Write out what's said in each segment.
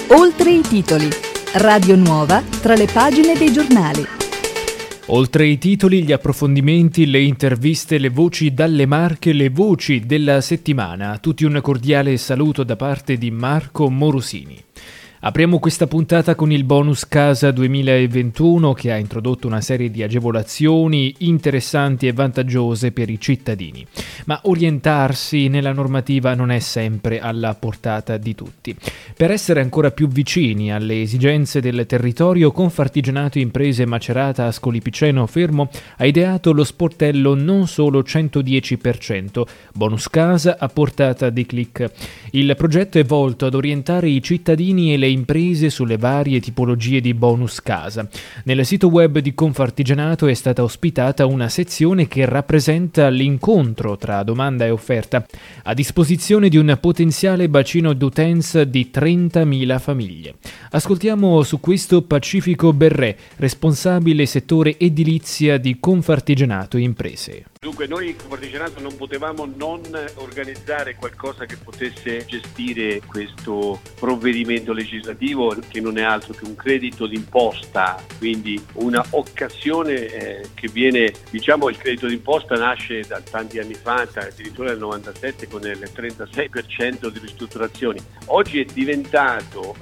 Oltre i titoli. Radio Nuova tra le pagine dei giornali. Oltre i titoli, gli approfondimenti, le interviste, le voci dalle Marche, le voci della settimana. A tutti un cordiale saluto da parte di Marco Morosini. Apriamo questa puntata con il bonus casa 2021 che ha introdotto una serie di agevolazioni interessanti e vantaggiose per i cittadini. Ma orientarsi nella normativa non è sempre alla portata di tutti. Per essere ancora più vicini alle esigenze del territorio, Confartigianato Imprese Macerata Ascoli Piceno Fermo ha ideato lo sportello Non Solo 110%, bonus casa a portata di click. Il progetto è volto ad orientare i cittadini e le imprese sulle varie tipologie di bonus casa. Nel sito web di Confartigianato è stata ospitata una sezione che rappresenta l'incontro tra domanda e offerta, a disposizione di un potenziale bacino d'utenza di 30.000 famiglie. Ascoltiamo su questo Pacifico Berrè, responsabile settore edilizia di Confartigianato Imprese. Dunque, noi Confartigianato non potevamo non organizzare qualcosa che potesse gestire questo provvedimento legislativo, che non è altro che un credito d'imposta, quindi una occasione che viene, il credito d'imposta nasce da tanti anni fa, addirittura nel 97 con il 36% di ristrutturazioni. Oggi è diventato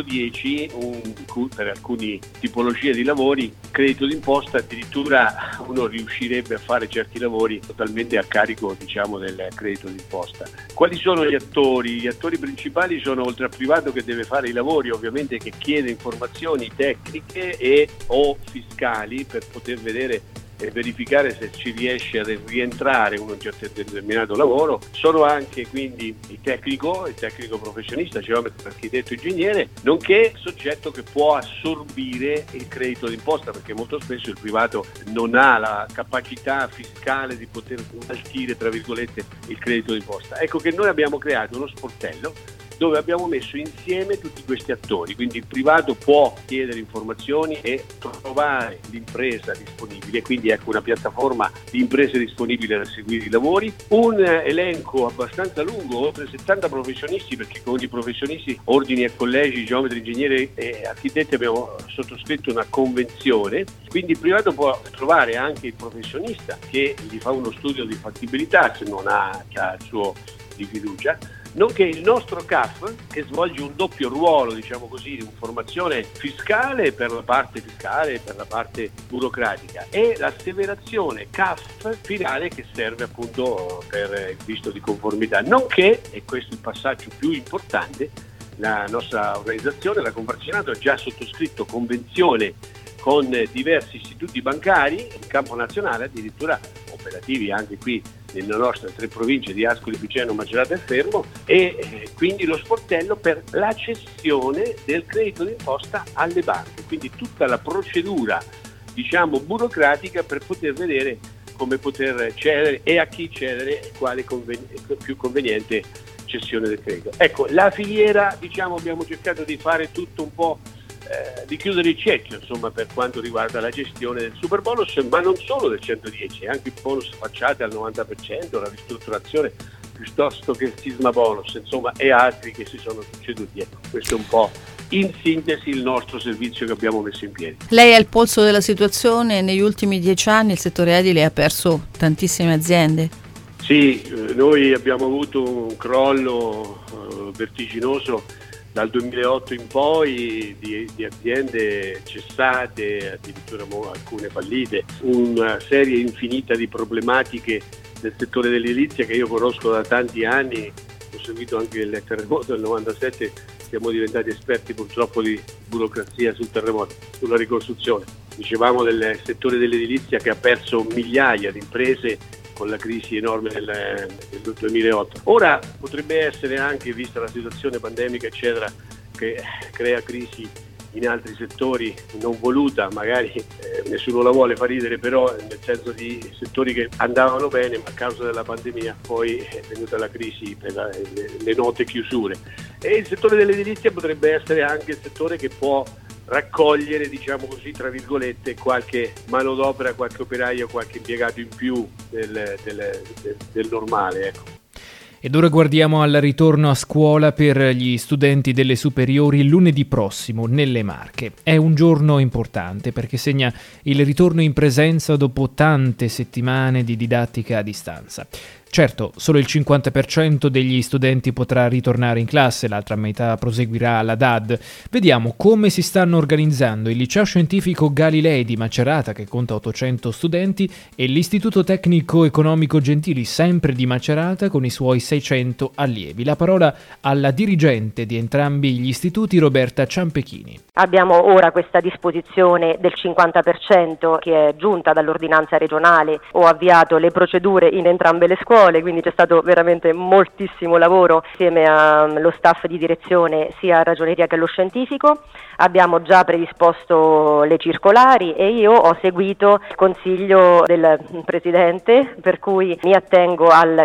110 per alcune tipologie di lavori, credito d'imposta, addirittura uno riuscirebbe a fare certi lavori totalmente a carico del credito d'imposta. Quali sono gli attori? Gli attori principali sono, oltre al privato che deve fare i lavori, ovviamente, che chiede informazioni tecniche e o fiscali per poter vedere e verificare se ci riesce a rientrare un determinato lavoro. Sono anche quindi il tecnico professionista, geometra, architetto, ingegnere, nonché soggetto che può assorbire il credito d'imposta, perché molto spesso il privato non ha la capacità fiscale di poter smaltire, tra virgolette, il credito d'imposta. Ecco che noi abbiamo creato uno sportello dove abbiamo messo insieme tutti questi attori, quindi il privato può chiedere informazioni e trovare l'impresa disponibile, quindi ecco una piattaforma di imprese disponibili da seguire i lavori, un elenco abbastanza lungo, oltre 70 professionisti, perché con i professionisti, ordini e collegi, geometri, ingegneri e architetti abbiamo sottoscritto una convenzione, quindi il privato può trovare anche il professionista che gli fa uno studio di fattibilità se non ha il suo di fiducia, nonché il nostro CAF che svolge un doppio ruolo, di informazione fiscale per la parte fiscale e per la parte burocratica, e l'asseverazione CAF finale che serve appunto per il visto di conformità, nonché, e questo è il passaggio più importante, la nostra organizzazione, la Confartigianato, ha già sottoscritto convenzione con diversi istituti bancari in campo nazionale, addirittura operativi anche qui nelle nostre 3 province di Ascoli Piceno, Macerata e Fermo, e quindi lo sportello per la cessione del credito d'imposta alle banche, quindi tutta la procedura burocratica per poter vedere come poter cedere e a chi cedere e quale più conveniente cessione del credito. Ecco, la filiera, abbiamo cercato di fare tutto un po', di chiudere il cerchio, per quanto riguarda la gestione del superbonus, ma non solo del 110, anche il bonus facciate al 90%, la ristrutturazione piuttosto che il sisma bonus, e altri che si sono succeduti. Ecco, questo è un po' in sintesi il nostro servizio che abbiamo messo in piedi. Lei è al polso della situazione. Negli ultimi 10 anni il settore edile ha perso tantissime aziende. Sì, noi abbiamo avuto un crollo vertiginoso dal 2008 in poi di aziende cessate, addirittura alcune fallite, una serie infinita di problematiche del settore dell'edilizia che io conosco da tanti anni. Ho seguito anche il terremoto del 97, siamo diventati esperti purtroppo di burocrazia sul terremoto, sulla ricostruzione. Dicevamo del settore dell'edilizia che ha perso migliaia di imprese con la crisi enorme del 2008. Ora potrebbe essere anche, vista la situazione pandemica eccetera, che crea crisi in altri settori non voluta, magari nessuno la vuole, fa ridere, però nel senso di settori che andavano bene, ma a causa della pandemia poi è venuta la crisi per le note chiusure. E il settore dell'edilizia potrebbe essere anche il settore che può raccogliere, tra virgolette, qualche manodopera, qualche operaio, qualche impiegato in più del normale, ecco. Ed ora guardiamo al ritorno a scuola per gli studenti delle superiori lunedì prossimo nelle Marche. È un giorno importante perché segna il ritorno in presenza dopo tante settimane di didattica a distanza. Certo, solo il 50% degli studenti potrà ritornare in classe, l'altra metà proseguirà alla DAD. Vediamo come si stanno organizzando il Liceo Scientifico Galilei di Macerata, che conta 800 studenti, e l'Istituto Tecnico Economico Gentili, sempre di Macerata, con i suoi 600 allievi. La parola alla dirigente di entrambi gli istituti, Roberta Ciampechini. Abbiamo ora questa disposizione del 50% che è giunta dall'ordinanza regionale. Ho avviato le procedure in entrambe le scuole, quindi c'è stato veramente moltissimo lavoro insieme allo staff di direzione sia a ragioneria che allo scientifico. Abbiamo già predisposto le circolari e io ho seguito il consiglio del presidente, per cui mi attengo al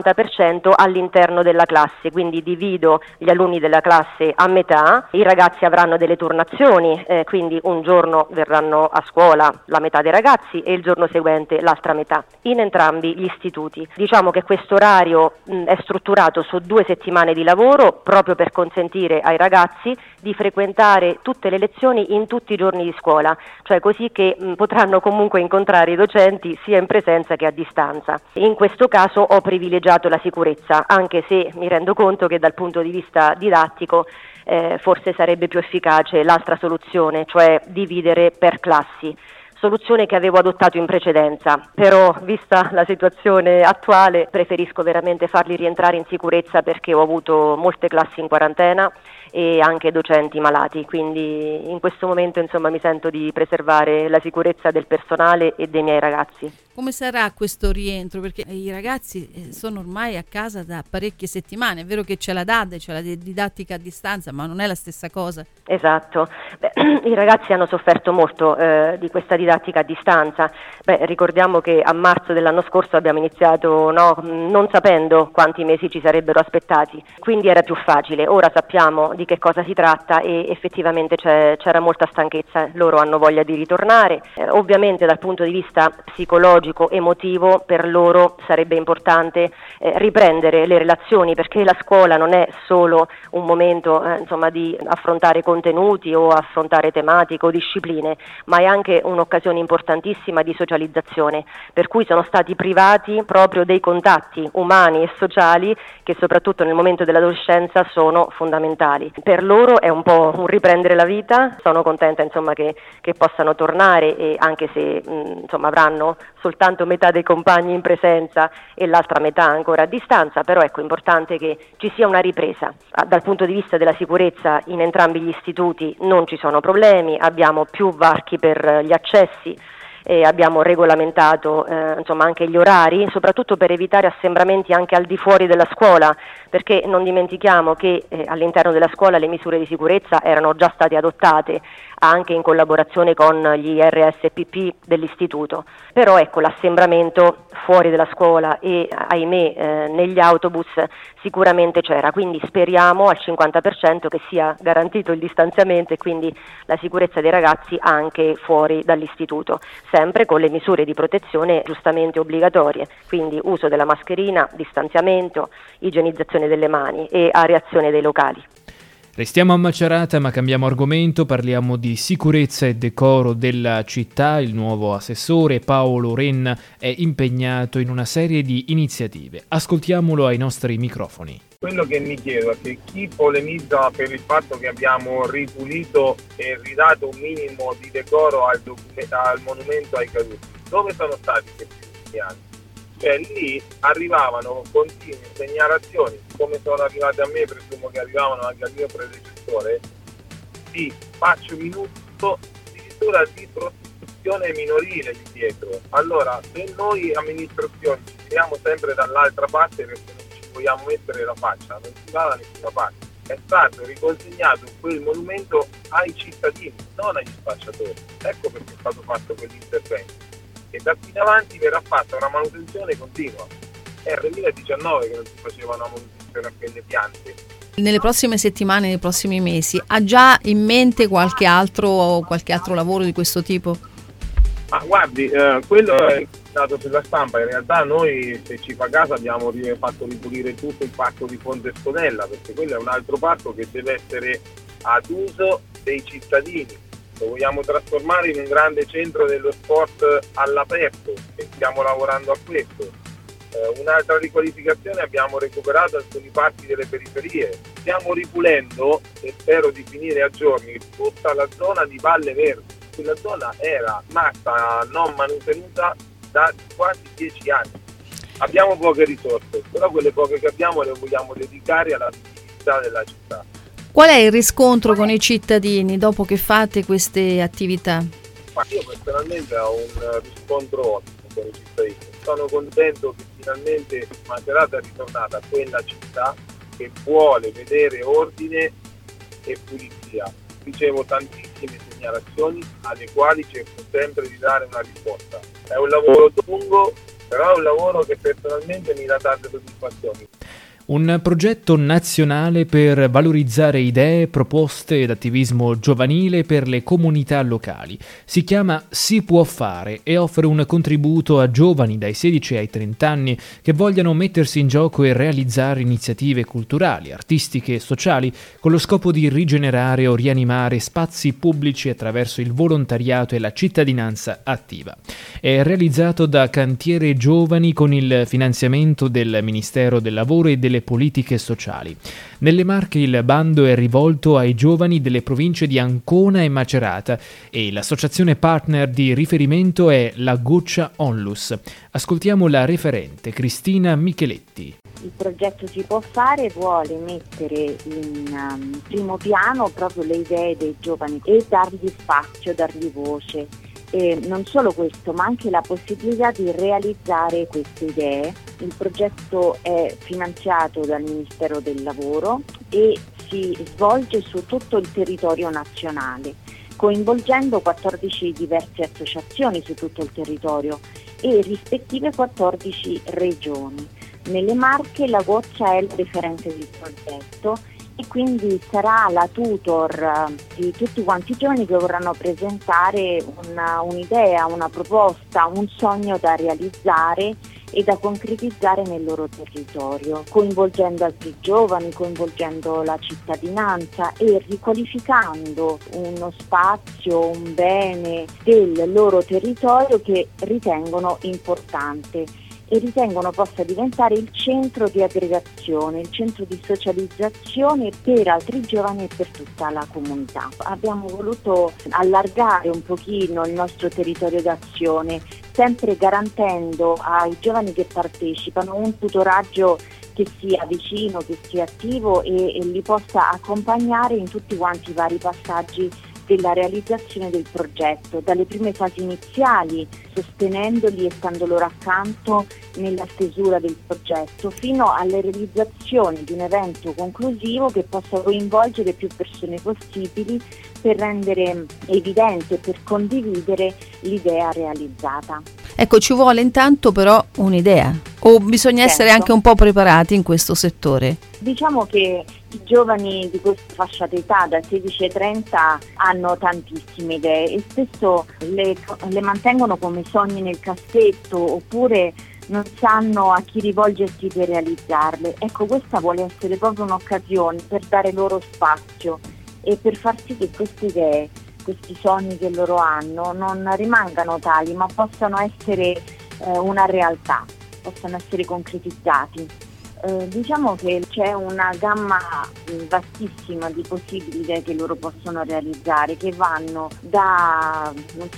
50% all'interno della classe, quindi divido gli alunni della classe a metà. I ragazzi avranno delle turnazioni, quindi un giorno verranno a scuola la metà dei ragazzi e il giorno seguente l'altra metà, in entrambi gli istituti. Diciamo che questo orario è strutturato su 2 settimane di lavoro proprio per consentire ai ragazzi di frequentare tutte le lezioni in tutti i giorni di scuola, cioè così che potranno comunque incontrare i docenti sia in presenza che a distanza. In questo caso ho privilegiato la sicurezza, anche se mi rendo conto che dal punto di vista didattico forse sarebbe più efficace l'altra soluzione, cioè dividere per classi. Soluzione che avevo adottato in precedenza, però vista la situazione attuale preferisco veramente farli rientrare in sicurezza perché ho avuto molte classi in quarantena e anche docenti malati, quindi in questo momento mi sento di preservare la sicurezza del personale e dei miei ragazzi. Come sarà questo rientro? Perché i ragazzi sono ormai a casa da parecchie settimane, è vero che c'è la DAD, c'è la didattica a distanza, ma non è la stessa cosa. Esatto, i ragazzi hanno sofferto molto di questa didattica a distanza. Ricordiamo che a marzo dell'anno scorso abbiamo iniziato non sapendo quanti mesi ci sarebbero aspettati, quindi era più facile. Ora sappiamo di che cosa si tratta e effettivamente c'era molta stanchezza, loro hanno voglia di ritornare. Ovviamente dal punto di vista psicologico, emotivo, per loro sarebbe importante riprendere le relazioni, perché la scuola non è solo un momento di affrontare contenuti o affrontare tematiche o discipline, ma è anche un'occasione importantissima di socializzazione, per cui sono stati privati proprio dei contatti umani e sociali che soprattutto nel momento dell'adolescenza sono fondamentali. Per loro è un po' un riprendere la vita, sono contenta che possano tornare, e anche se avranno soltanto metà dei compagni in presenza e l'altra metà ancora a distanza, però è importante che ci sia una ripresa. Dal punto di vista della sicurezza in entrambi gli istituti non ci sono problemi, abbiamo più varchi per gli accessi e abbiamo regolamentato anche gli orari, soprattutto per evitare assembramenti anche al di fuori della scuola, perché non dimentichiamo che all'interno della scuola le misure di sicurezza erano già state adottate anche in collaborazione con gli RSPP dell'istituto, però l'assembramento fuori dalla scuola e ahimè negli autobus sicuramente c'era, quindi speriamo al 50% che sia garantito il distanziamento e quindi la sicurezza dei ragazzi anche fuori dall'istituto, sempre con le misure di protezione giustamente obbligatorie, quindi uso della mascherina, distanziamento, igienizzazione delle mani e areazione dei locali. Restiamo a Macerata, ma cambiamo argomento, parliamo di sicurezza e decoro della città. Il nuovo assessore Paolo Renna è impegnato in una serie di iniziative. Ascoltiamolo ai nostri microfoni. Quello che mi chiedo è che chi polemizza per il fatto che abbiamo ripulito e ridato un minimo di decoro al monumento ai caduti, dove sono stati questi anni? Cioè lì arrivavano continue segnalazioni, come sono arrivate a me, presumo che arrivavano anche al mio predecessore, di faccio minuto addirittura di prostituzione minorile lì dietro. Allora, se noi amministrazioni ci tiriamo sempre dall'altra parte perché non ci vogliamo mettere la faccia, non si va da nessuna parte. È stato riconsegnato quel monumento ai cittadini, non agli spacciatori. Ecco perché è stato fatto quell'intervento. E da qui in avanti verrà fatta una manutenzione continua. È il 2019 che non si faceva una manutenzione a quelle piante. Nelle prossime settimane, nei prossimi mesi, ha già in mente qualche altro lavoro di questo tipo? Ma guardi, quello è stato sulla stampa. In realtà noi, se ci fa caso, abbiamo fatto ripulire tutto il parco di Ponte Scodella, perché quello è un altro parco che deve essere ad uso dei cittadini. Lo vogliamo trasformare in un grande centro dello sport all'aperto e stiamo lavorando a questo. Un'altra riqualificazione, abbiamo recuperato alcuni parchi delle periferie. Stiamo ripulendo, e spero di finire a giorni, tutta la zona di Valle Verde. Quella zona era rimasta non manutenuta da quasi 10 anni. Abbiamo poche risorse, però quelle poche che abbiamo le vogliamo dedicare alla visibilità della città. Qual è il riscontro con i cittadini dopo che fate queste attività? Ma io personalmente ho un riscontro ottimo con i cittadini. Sono contento che finalmente Macerata è ritornata a quella città che vuole vedere ordine e pulizia. Ricevo tantissime segnalazioni alle quali cerco sempre di dare una risposta. È un lavoro lungo, però è un lavoro che personalmente mi dà tante soddisfazioni. Un progetto nazionale per valorizzare idee, proposte ed attivismo giovanile per le comunità locali. Si chiama Si può fare e offre un contributo a giovani dai 16 ai 30 anni che vogliano mettersi in gioco e realizzare iniziative culturali, artistiche e sociali con lo scopo di rigenerare o rianimare spazi pubblici attraverso il volontariato e la cittadinanza attiva. È realizzato da Cantiere Giovani con il finanziamento del Ministero del Lavoro e delle politiche sociali. Nelle Marche il bando è rivolto ai giovani delle province di Ancona e Macerata e l'associazione partner di riferimento è la Goccia Onlus. Ascoltiamo la referente Cristina Micheletti. Il progetto Si può fare vuole mettere in primo piano proprio le idee dei giovani e dargli spazio, dargli voce. E non solo questo, ma anche la possibilità di realizzare queste idee. Il progetto è finanziato dal Ministero del Lavoro e si svolge su tutto il territorio nazionale, coinvolgendo 14 diverse associazioni su tutto il territorio e rispettive 14 regioni. Nelle Marche la Goccia è il referente del progetto e quindi sarà la tutor di tutti quanti i giovani che vorranno presentare un'idea, una proposta, un sogno da realizzare e da concretizzare nel loro territorio, coinvolgendo altri giovani, coinvolgendo la cittadinanza e riqualificando uno spazio, un bene del loro territorio che ritengono importante e ritengono possa diventare il centro di aggregazione, il centro di socializzazione per altri giovani e per tutta la comunità. Abbiamo voluto allargare un pochino il nostro territorio d'azione, sempre garantendo ai giovani che partecipano un tutoraggio che sia vicino, che sia attivo e li possa accompagnare in tutti quanti i vari passaggi della realizzazione del progetto, dalle prime fasi iniziali, sostenendoli e stando loro accanto nella stesura del progetto, fino alle realizzazioni di un evento conclusivo che possa coinvolgere più persone possibili per rendere evidente, per condividere l'idea realizzata. Ecco, ci vuole intanto però un'idea, o bisogna essere anche un po' preparati in questo settore? Diciamo che i giovani di questa fascia d'età, da 16 ai 30, hanno tantissime idee e spesso le mantengono come sogni nel cassetto oppure non sanno a chi rivolgersi per realizzarle. Ecco, questa vuole essere proprio un'occasione per dare loro spazio e per far sì che queste idee, questi sogni che loro hanno non rimangano tali, ma possano essere una realtà, possano essere concretizzati. Diciamo che c'è una gamma vastissima di possibili idee che loro possono realizzare, che vanno da,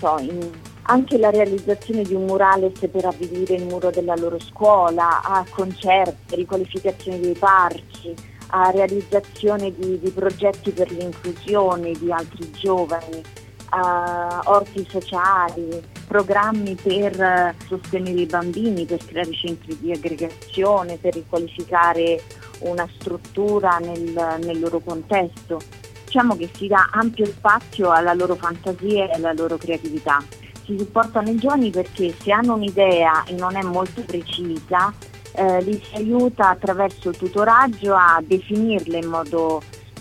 anche la realizzazione di un murales per abbellire il muro della loro scuola, a concerti, riqualificazione dei parchi, a realizzazione di progetti per l'inclusione di altri giovani, a orti sociali, programmi per sostenere i bambini, per creare centri di aggregazione, per riqualificare una struttura nel loro contesto. Diciamo che si dà ampio spazio alla loro fantasia e alla loro creatività. Si supportano i giovani perché se hanno un'idea e non è molto precisa, li si aiuta attraverso il tutoraggio a definirle in modo più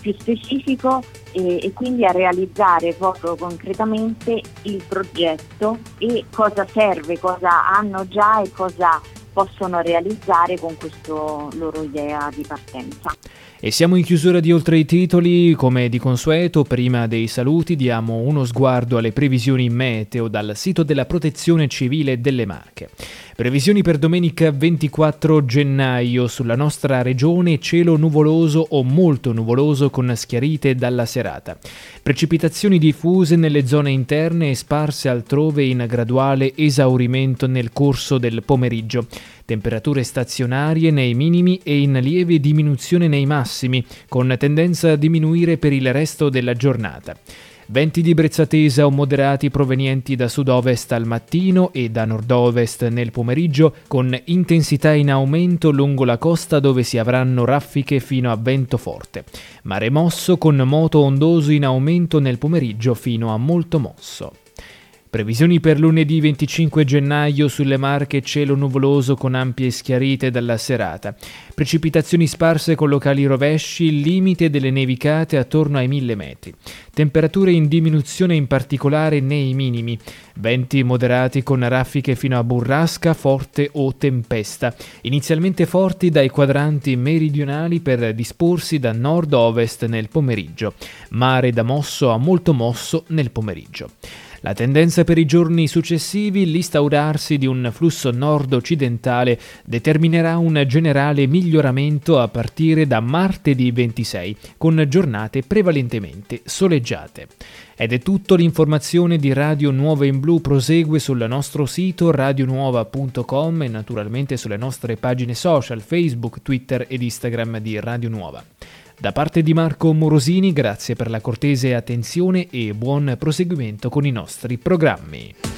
più specifico e quindi a realizzare proprio concretamente il progetto e cosa serve, cosa hanno già e cosa possono realizzare con questa loro idea di partenza. E siamo in chiusura di Oltre i titoli, come di consueto. Prima dei saluti diamo uno sguardo alle previsioni meteo dal sito della Protezione Civile delle Marche. Previsioni per domenica 24 gennaio sulla nostra regione: cielo nuvoloso o molto nuvoloso con schiarite dalla serata. Precipitazioni diffuse nelle zone interne e sparse altrove in graduale esaurimento nel corso del pomeriggio. Temperature stazionarie nei minimi e in lieve diminuzione nei massimi, con tendenza a diminuire per il resto della giornata. Venti di brezzatesa o moderati provenienti da sud-ovest al mattino e da nord-ovest nel pomeriggio, con intensità in aumento lungo la costa dove si avranno raffiche fino a vento forte. Mare mosso con moto ondoso in aumento nel pomeriggio fino a molto mosso. Previsioni per lunedì 25 gennaio sulle Marche: cielo nuvoloso con ampie schiarite dalla serata. Precipitazioni sparse con locali rovesci, limite delle nevicate attorno ai 1000 metri. Temperature in diminuzione in particolare nei minimi. Venti moderati con raffiche fino a burrasca, forte o tempesta. Inizialmente forti dai quadranti meridionali per disporsi da nord-ovest nel pomeriggio. Mare da mosso a molto mosso nel pomeriggio. La tendenza per i giorni successivi: l'instaurarsi di un flusso nord-occidentale determinerà un generale miglioramento a partire da martedì 26, con giornate prevalentemente soleggiate. Ed è tutto. L'informazione di Radio Nuova in Blu prosegue sul nostro sito radionuova.com e naturalmente sulle nostre pagine social Facebook, Twitter ed Instagram di Radio Nuova. Da parte di Marco Morosini, grazie per la cortese attenzione e buon proseguimento con i nostri programmi.